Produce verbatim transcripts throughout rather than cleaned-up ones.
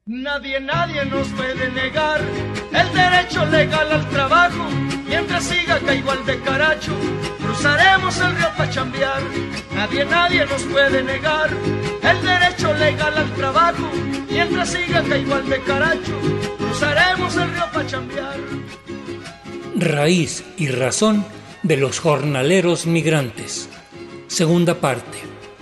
Nadie, nadie nos puede negar el derecho legal al trabajo. Mientras siga acá igual de caracho, cruzaremos el río pa' chambear. Nadie, nadie nos puede negar el derecho legal al trabajo. Mientras siga acá igual de caracho, cruzaremos el río pa' chambear. Raíz y razón de los jornaleros migrantes. Segunda parte.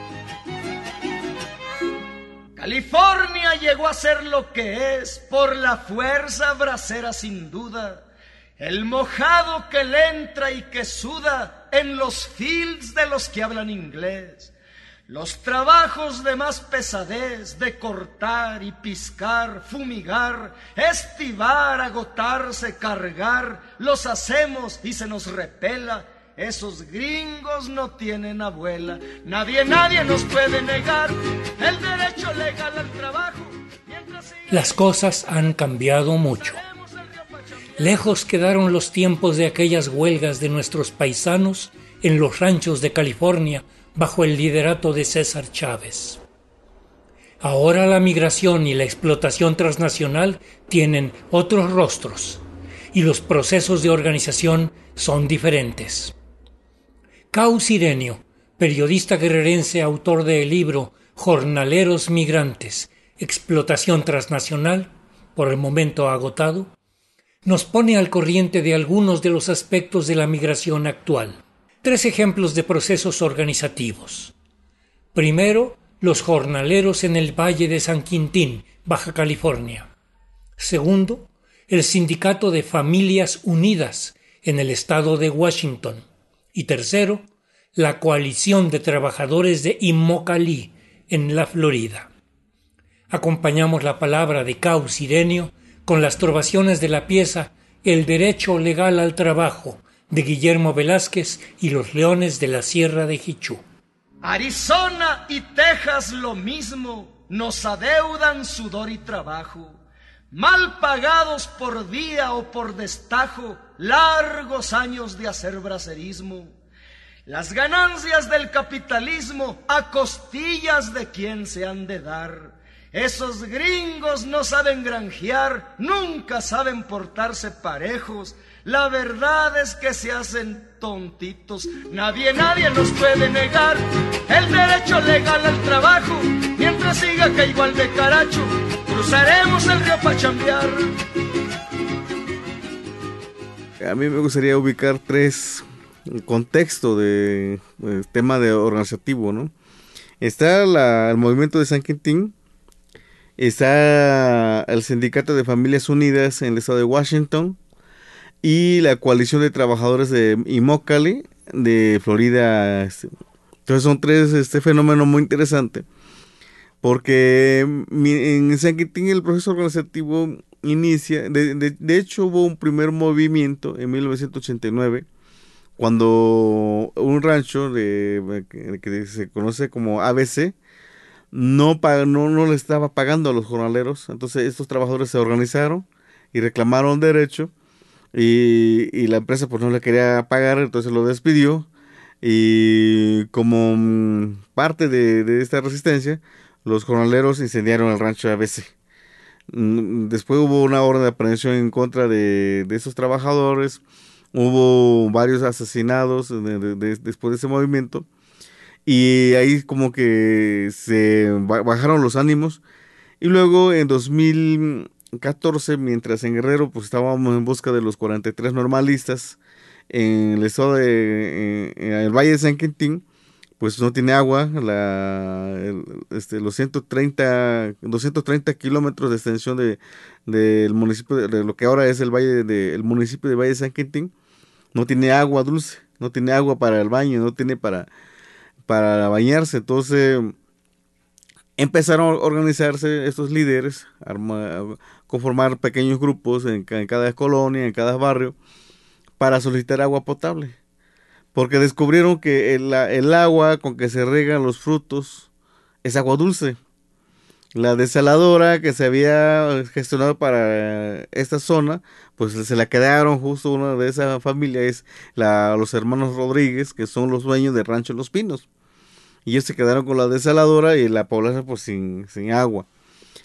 California llegó a ser lo que es por la fuerza bracera sin duda. El mojado que le entra y que suda en los fields de los que hablan inglés. Los trabajos de más pesadez, de cortar y piscar, fumigar, estivar, agotarse, cargar, los hacemos y se nos repela. Esos gringos no tienen abuela. Nadie, nadie nos puede negar el derecho legal al trabajo. Las cosas han cambiado mucho. Lejos quedaron los tiempos de aquellas huelgas de nuestros paisanos en los ranchos de California bajo el liderato de César Chávez. Ahora la migración y la explotación transnacional tienen otros rostros y los procesos de organización son diferentes. Cao Sirenio, periodista guerrerense, autor del libro Jornaleros Migrantes, Explotación Transnacional, por el momento agotado, nos pone al corriente de algunos de los aspectos de la migración actual. Tres ejemplos de procesos organizativos. Primero, los jornaleros en el Valle de San Quintín, Baja California. Segundo, el Sindicato de Familias Unidas en el estado de Washington. Y tercero, la Coalición de Trabajadores de Immokalee en la Florida. Acompañamos la palabra de Cao Sirenio con las trovaciones de la pieza El Derecho Legal al Trabajo de Guillermo Velázquez y los Leones de la Sierra de Jichú. Arizona y Texas lo mismo, nos adeudan sudor y trabajo. Mal pagados por día o por destajo, largos años de hacer bracerismo. Las ganancias del capitalismo a costillas de quien se han de dar. Esos gringos no saben granjear, nunca saben portarse parejos. La verdad es que se hacen tontitos. Nadie, nadie nos puede negar el derecho legal al trabajo. Mientras siga que igual de caracho, cruzaremos el río pa' chambear. A mí me gustaría ubicar tres contextos de, de tema de organizativo, ¿no? Está la, el movimiento de San Quintín, está el Sindicato de Familias Unidas en el estado de Washington y la Coalición de Trabajadores de Immokalee de Florida. Entonces son tres este fenómeno muy interesante, porque en San Quintín el proceso organizativo inicia, de, de, de hecho hubo un primer movimiento en mil novecientos ochenta y nueve, cuando un rancho de, que, que se conoce como A B C no, no, no le estaba pagando a los jornaleros. Entonces estos trabajadores se organizaron y reclamaron derecho, y, y la empresa pues no le quería pagar, entonces lo despidió, y como parte de, de esta resistencia los jornaleros incendiaron el rancho A B C. Después hubo una orden de aprehensión en contra de, de esos trabajadores, hubo varios asesinados de, de, de, después de ese movimiento, y ahí como que se bajaron los ánimos. Y luego en dos mil catorce, mientras en Guerrero pues estábamos en busca de los cuarenta y tres normalistas en el estado de en, en el Valle de San Quintín, pues no tiene agua, la, el, este, los ciento treinta, doscientos treinta kilómetros de extensión de del municipio de, de lo que ahora es el valle de, de el municipio de Valle de San Quintín, no tiene agua dulce, no tiene agua para el baño, no tiene para para bañarse. Entonces empezaron a organizarse estos líderes, a conformar pequeños grupos en, en cada colonia, en cada barrio, para solicitar agua potable, porque descubrieron que el, el agua con que se riegan los frutos es agua dulce. La desaladora que se había gestionado para esta zona, pues se la quedaron. Justo una de esa familia es la, los hermanos Rodríguez, que son los dueños del rancho Los Pinos, y ellos se quedaron con la desaladora y la población pues sin, sin agua.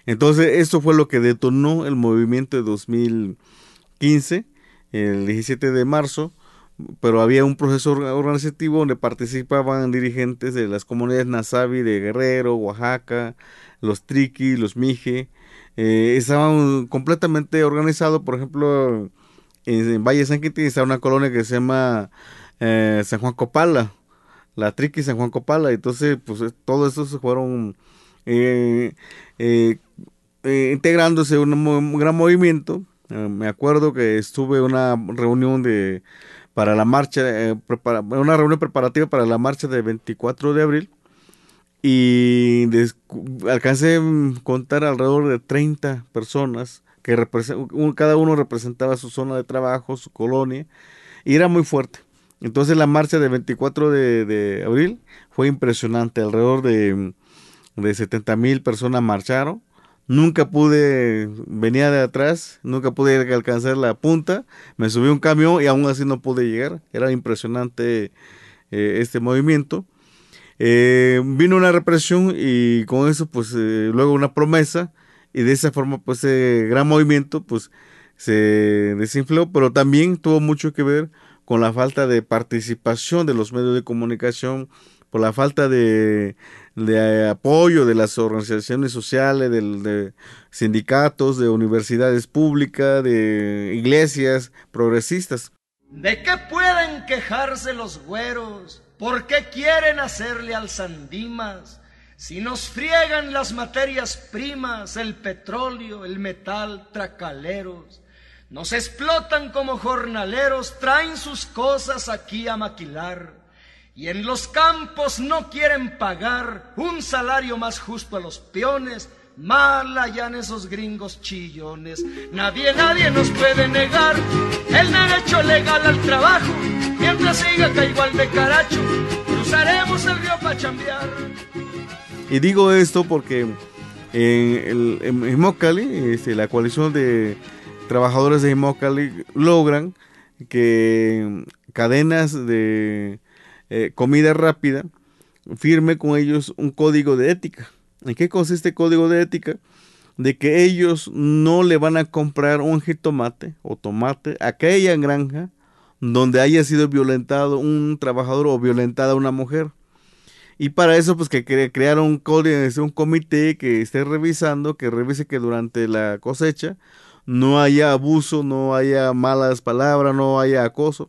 Entonces, esto fue lo que detonó el movimiento de dos mil quince, el diecisiete de marzo, pero había un proceso organizativo donde participaban dirigentes de las comunidades Nasavi de Guerrero, Oaxaca, los Triqui, los Mije. Eh, estaban completamente organizados. Por ejemplo, en, en Valle de San Quintín está una colonia que se llama eh, San Juan Copala, la Triqui San Juan Copala. Entonces, pues todo eso se fueron eh, eh, eh, integrándose en un, un gran movimiento. Eh, me acuerdo que estuve en una reunión de para la marcha, eh, prepara, una reunión preparativa para la marcha del veinticuatro de abril, y des, alcancé a contar alrededor de treinta personas que un, cada uno representaba su zona de trabajo, su colonia, y era muy fuerte. Entonces la marcha del veinticuatro de abril fue impresionante, alrededor de, de setenta mil personas marcharon. Nunca pude, venía de atrás, nunca pude alcanzar la punta, me subí a un camión y aún así no pude llegar. Era impresionante eh, este movimiento. Eh, vino una represión y con eso pues eh, luego una promesa, y de esa forma pues ese gran movimiento pues se desinfló, pero también tuvo mucho que ver con la falta de participación de los medios de comunicación, por la falta de, de apoyo de las organizaciones sociales, de, de sindicatos, de universidades públicas, de iglesias progresistas. ¿De qué pueden quejarse los güeros? ¿Por qué quieren hacerle al Sandimas? Si nos friegan las materias primas, el petróleo, el metal, tracaleros. Nos explotan como jornaleros, traen sus cosas aquí a maquilar. Y en los campos no quieren pagar un salario más justo a los peones. Mal hallan esos gringos chillones. Nadie, nadie nos puede negar el derecho legal al trabajo. Mientras siga acá igual de caracho, cruzaremos el río para chambear. Y digo esto porque en, en, en Immokalee, este, la coalición de trabajadores de Immokalee logran que cadenas de eh, comida rápida firme con ellos un código de ética. ¿En qué consiste el código de ética? De que ellos no le van a comprar un jitomate o tomate a aquella granja donde haya sido violentado un trabajador o violentada una mujer. Y para eso pues que cre crearon un, código, un comité que esté revisando, que revise que durante la cosecha no haya abuso, no haya malas palabras, no haya acoso.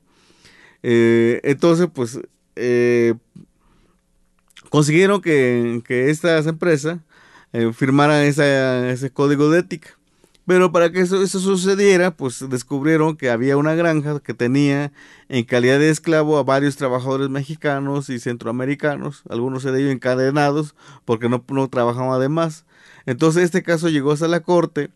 Eh, entonces pues eh, consiguieron que, que estas empresas eh, firmaran esa, ese código de ética. Pero para que eso, eso sucediera, pues descubrieron que había una granja que tenía en calidad de esclavo a varios trabajadores mexicanos y centroamericanos, algunos de ellos encadenados porque no, no trabajaban además. Entonces este caso llegó hasta la corte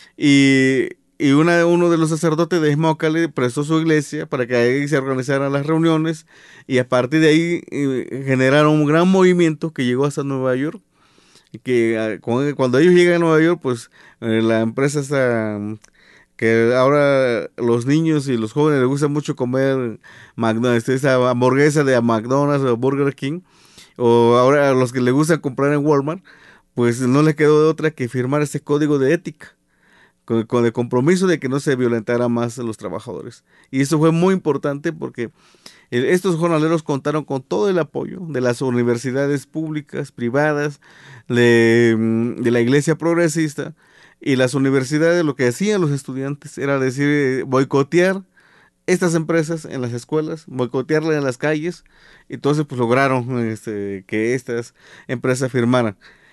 y, y una, uno de los sacerdotes de Immokalee prestó su iglesia para que ahí se organizaran las reuniones, y a partir de ahí eh, generaron un gran movimiento que llegó hasta Nueva York. Que cuando ellos llegan a Nueva York, pues eh, la empresa está, que ahora los niños y los jóvenes les gusta mucho comer McDonald's, esa hamburguesa de McDonald's o Burger King, o ahora a los que les gusta comprar en Walmart, pues no les quedó de otra que firmar ese código de ética, con, con el compromiso de que no se violentara más a los trabajadores. Y eso fue muy importante porque estos jornaleros contaron con todo el apoyo de las universidades públicas, privadas, de, de la iglesia progresista, y las universidades. Lo que hacían los estudiantes era decir, boicotear estas empresas en las escuelas, boicotearlas en las calles. Entonces pues lograron este, que estas empresas firmaran.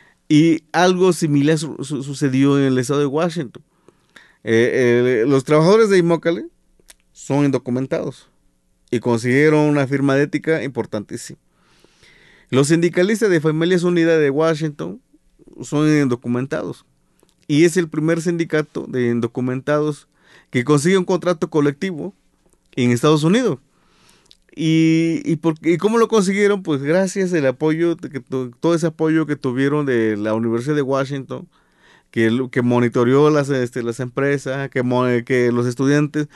Y algo similar su, su, sucedió en el estado de Washington. Eh, eh, los trabajadores de Immokalee son indocumentados y consiguieron una firma de ética importantísima. Los sindicalistas de Familias Unidas de Washington son indocumentados, y es el primer sindicato de indocumentados que consigue un contrato colectivo en Estados Unidos. ¿Y, y, por, y cómo lo consiguieron? Pues gracias al apoyo, que, todo ese apoyo que tuvieron de la Universidad de Washington, que, que monitoreó las, este, las empresas, que, que los estudiantes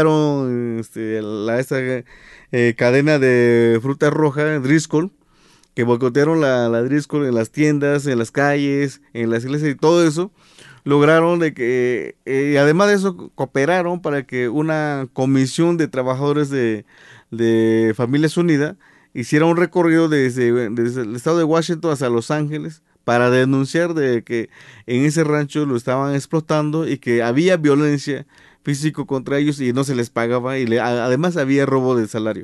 boicotearon este, la, esta eh, cadena de fruta roja, Driscoll, que boicotearon la, la Driscoll en las tiendas, en las calles, en las iglesias y todo eso, lograron de que, eh, además de eso, cooperaron para que una comisión de trabajadores de, de Familias Unidas hiciera un recorrido desde, desde el estado de Washington hasta Los Ángeles para denunciar de que en ese rancho lo estaban explotando y que había violencia física contra ellos y no se les pagaba y le, a, además había robo de salario.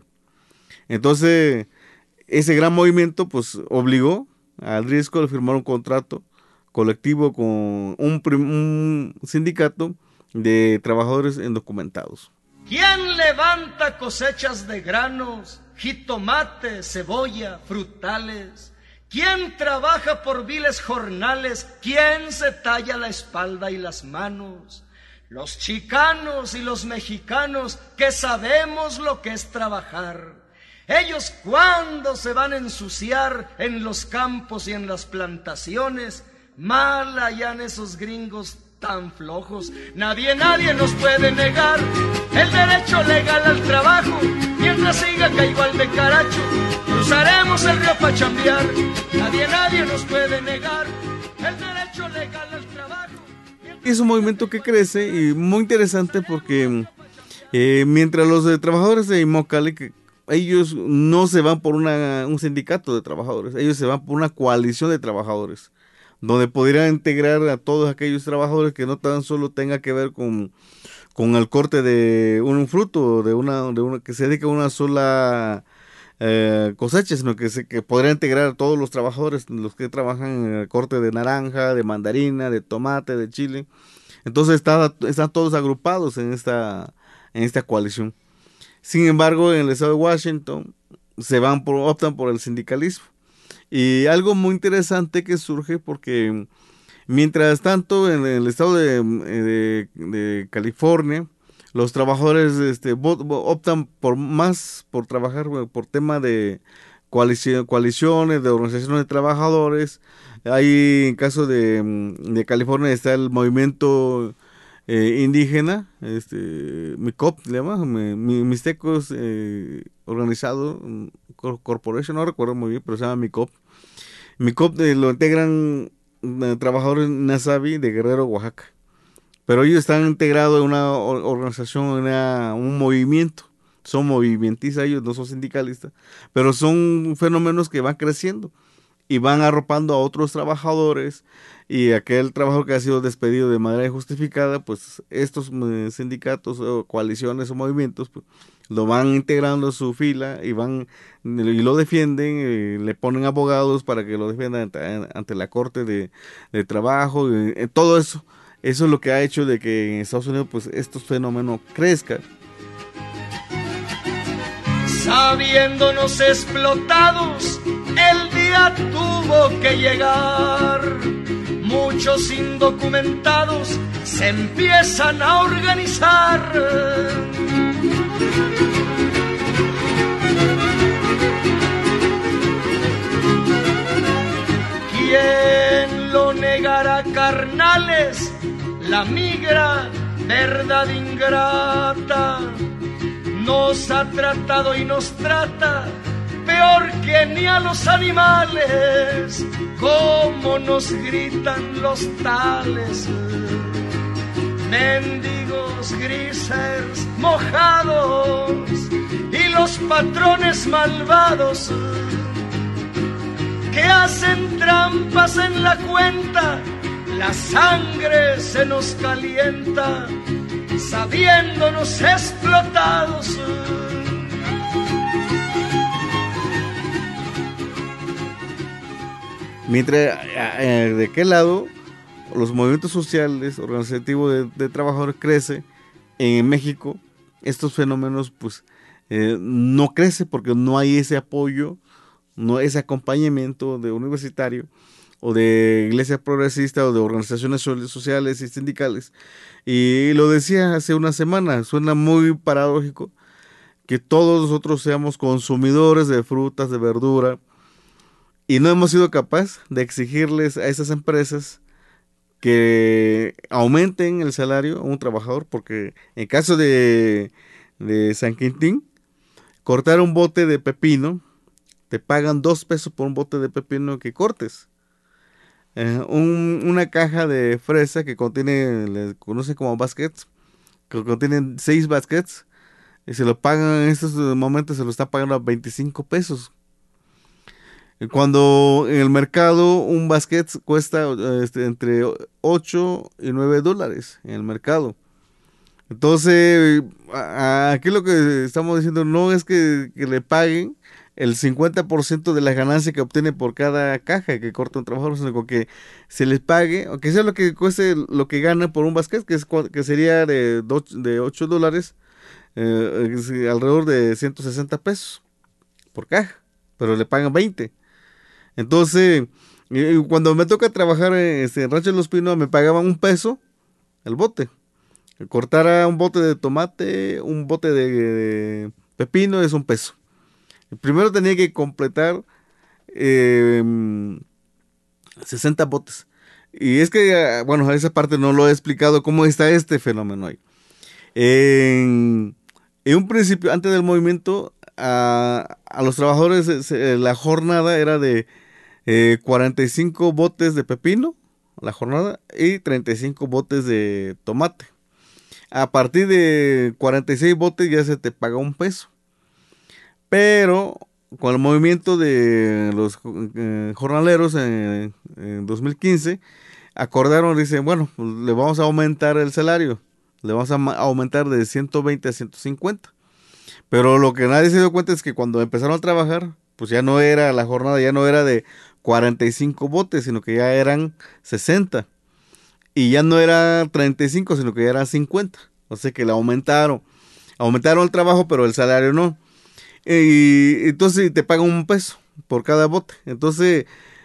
Entonces, ese gran movimiento pues obligó a Driscoll a firmar un contrato colectivo con un, un sindicato de trabajadores indocumentados. ¿Quién levanta cosechas de granos, jitomate, cebolla, frutales? ¿Quién trabaja por viles jornales? ¿Quién se talla la espalda y las manos? Los chicanos y los mexicanos que sabemos lo que es trabajar. Ellos cuando se van a ensuciar en los campos y en las plantaciones, mal hallan esos gringos tan flojos. Nadie, nadie nos puede negar el derecho legal al trabajo. Mientras siga que igual de caracho, cruzaremos el río para chambear. Nadie, nadie nos puede negar el derecho legal al trabajo. Es un movimiento que crece y muy interesante porque eh, mientras los de trabajadores de Immokalee, que ellos no se van por una, un sindicato de trabajadores, ellos se van por una coalición de trabajadores, donde podrían integrar a todos aquellos trabajadores que no tan solo tenga que ver con, con el corte de un fruto, de una, de una que se dedique a una sola eh, cosecha, sino que, se, que podría integrar a todos los trabajadores, los que trabajan en el corte de naranja, de mandarina, de tomate, de chile. Entonces está, están todos agrupados en esta, en esta coalición. Sin embargo, en el estado de Washington se van por, optan por el sindicalismo. Y algo muy interesante que surge porque mientras tanto en el estado de, de, de California, los trabajadores este, optan por más por trabajar por tema de coalición, coaliciones, de organizaciones de trabajadores. Hay en caso de, de California está el movimiento Eh, indígena, este, M I C O P, le llama, mi, mi, Mixtecos eh, Organizado Corporation, no recuerdo muy bien, pero se llama M I C O P. M I C O P eh, lo integran eh, trabajadores Nazavi de Guerrero, Oaxaca, pero ellos están integrados en una organización, en una, un movimiento, son movimentistas, ellos no son sindicalistas, pero son fenómenos que van creciendo y van arropando a otros trabajadores, y aquel trabajador que ha sido despedido de manera injustificada, pues estos eh, sindicatos o coaliciones o movimientos pues, lo van integrando a su fila y van y lo defienden, eh, le ponen abogados para que lo defiendan ante, ante la corte de, de trabajo, y, eh, todo eso, eso es lo que ha hecho de que en Estados Unidos pues estos fenómenos crezcan. Sabiéndonos explotados, el día tuvo que llegar. Muchos indocumentados se empiezan a organizar. ¿Quién lo negará, carnales? La migra, verdad ingrata, nos ha tratado y nos trata peor que ni a los animales. Como nos gritan los tales, mendigos grises mojados y los patrones malvados que hacen trampas en la cuenta. La sangre se nos calienta sabiéndonos explotados. Mientras, eh, de qué lado, los movimientos sociales, organizativos de, de trabajadores crece, en México estos fenómenos pues eh, no crece porque no hay ese apoyo, no ese acompañamiento de universitario o de iglesia progresista o de organizaciones sociales y sindicales. Y lo decía hace una semana, suena muy paradójico que todos nosotros seamos consumidores de frutas, de verdura, y no hemos sido capaces de exigirles a esas empresas que aumenten el salario a un trabajador, porque en caso de, de San Quintín, cortar un bote de pepino te pagan dos pesos por un bote de pepino que cortes. Eh, un, una caja de fresa que contiene, le conocen como baskets, que contienen seis baskets, y se lo pagan en estos momentos, se lo está pagando a veinticinco pesos. Cuando en el mercado un basket cuesta este, entre ocho y nueve dólares en el mercado. Entonces, a, a, aquí lo que estamos diciendo no es que, que le paguen el cincuenta por ciento de la ganancia que obtiene por cada caja que corta un trabajador, sino que se les pague, aunque sea lo que cueste lo que gana por un basket, que, es, que sería de, de ocho dólares, eh, alrededor de ciento sesenta pesos por caja, pero le pagan veinte. Entonces, cuando me toca trabajar en este Rancho de los Pinos, me pagaban un peso el bote. Cortara un bote de tomate, un bote de, de pepino es un peso. Primero tenía que completar eh, sesenta botes. Y es que, bueno, esa parte no lo he explicado cómo está este fenómeno ahí. En, en un principio, antes del movimiento, a, a los trabajadores se, la jornada era de Eh, cuarenta y cinco botes de pepino la jornada y treinta y cinco botes de tomate. A partir de cuarenta y seis botes ya se te paga un peso. Pero con el movimiento de los eh, jornaleros en, en dos mil quince acordaron, dicen, bueno, pues le vamos a aumentar el salario, le vamos a aumentar de ciento veinte a ciento cincuenta. Pero lo que nadie se dio cuenta es que cuando empezaron a trabajar, pues ya no era la jornada, ya no era de cuarenta y cinco botes, sino que ya eran sesenta. Y ya no era treinta y cinco, sino que ya eran cincuenta. O sea que le aumentaron. Aumentaron el trabajo, pero el salario no. Y entonces te pagan un peso por cada bote. Entonces,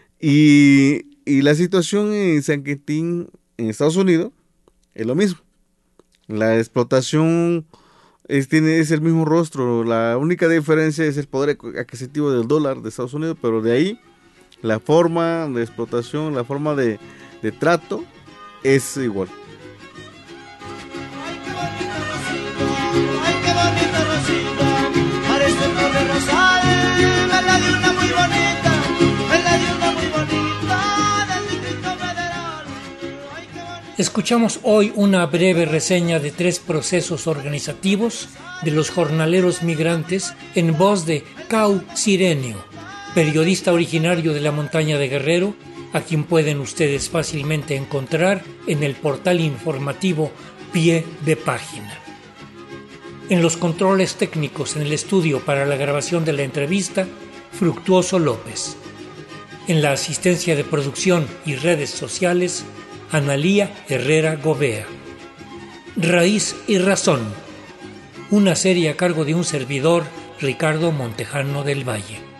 y, y la situación en San Quintín, en Estados Unidos, es lo mismo. La explotación es, tiene, es el mismo rostro. La única diferencia es el poder adquisitivo del dólar de Estados Unidos, pero de ahí la forma de explotación, la forma de, de trato es igual. Ay, qué bonito Rosita, ay, qué bonito Rosita, parece flor de rosal, verdad de una muy bonita, verdad de una muy bonita, del Distrito Federal. Ay, qué bonito. Escuchamos hoy una breve reseña de tres procesos organizativos de los jornaleros migrantes en voz de Cau Sirenio, periodista originario de la montaña de Guerrero, a quien pueden ustedes fácilmente encontrar en el portal informativo Pie de Página. En los controles técnicos en el estudio para la grabación de la entrevista, Fructuoso López. En la asistencia de producción y redes sociales, Analía Herrera Gobea. Raíz y Razón, una serie a cargo de un servidor, Ricardo Montejano del Valle.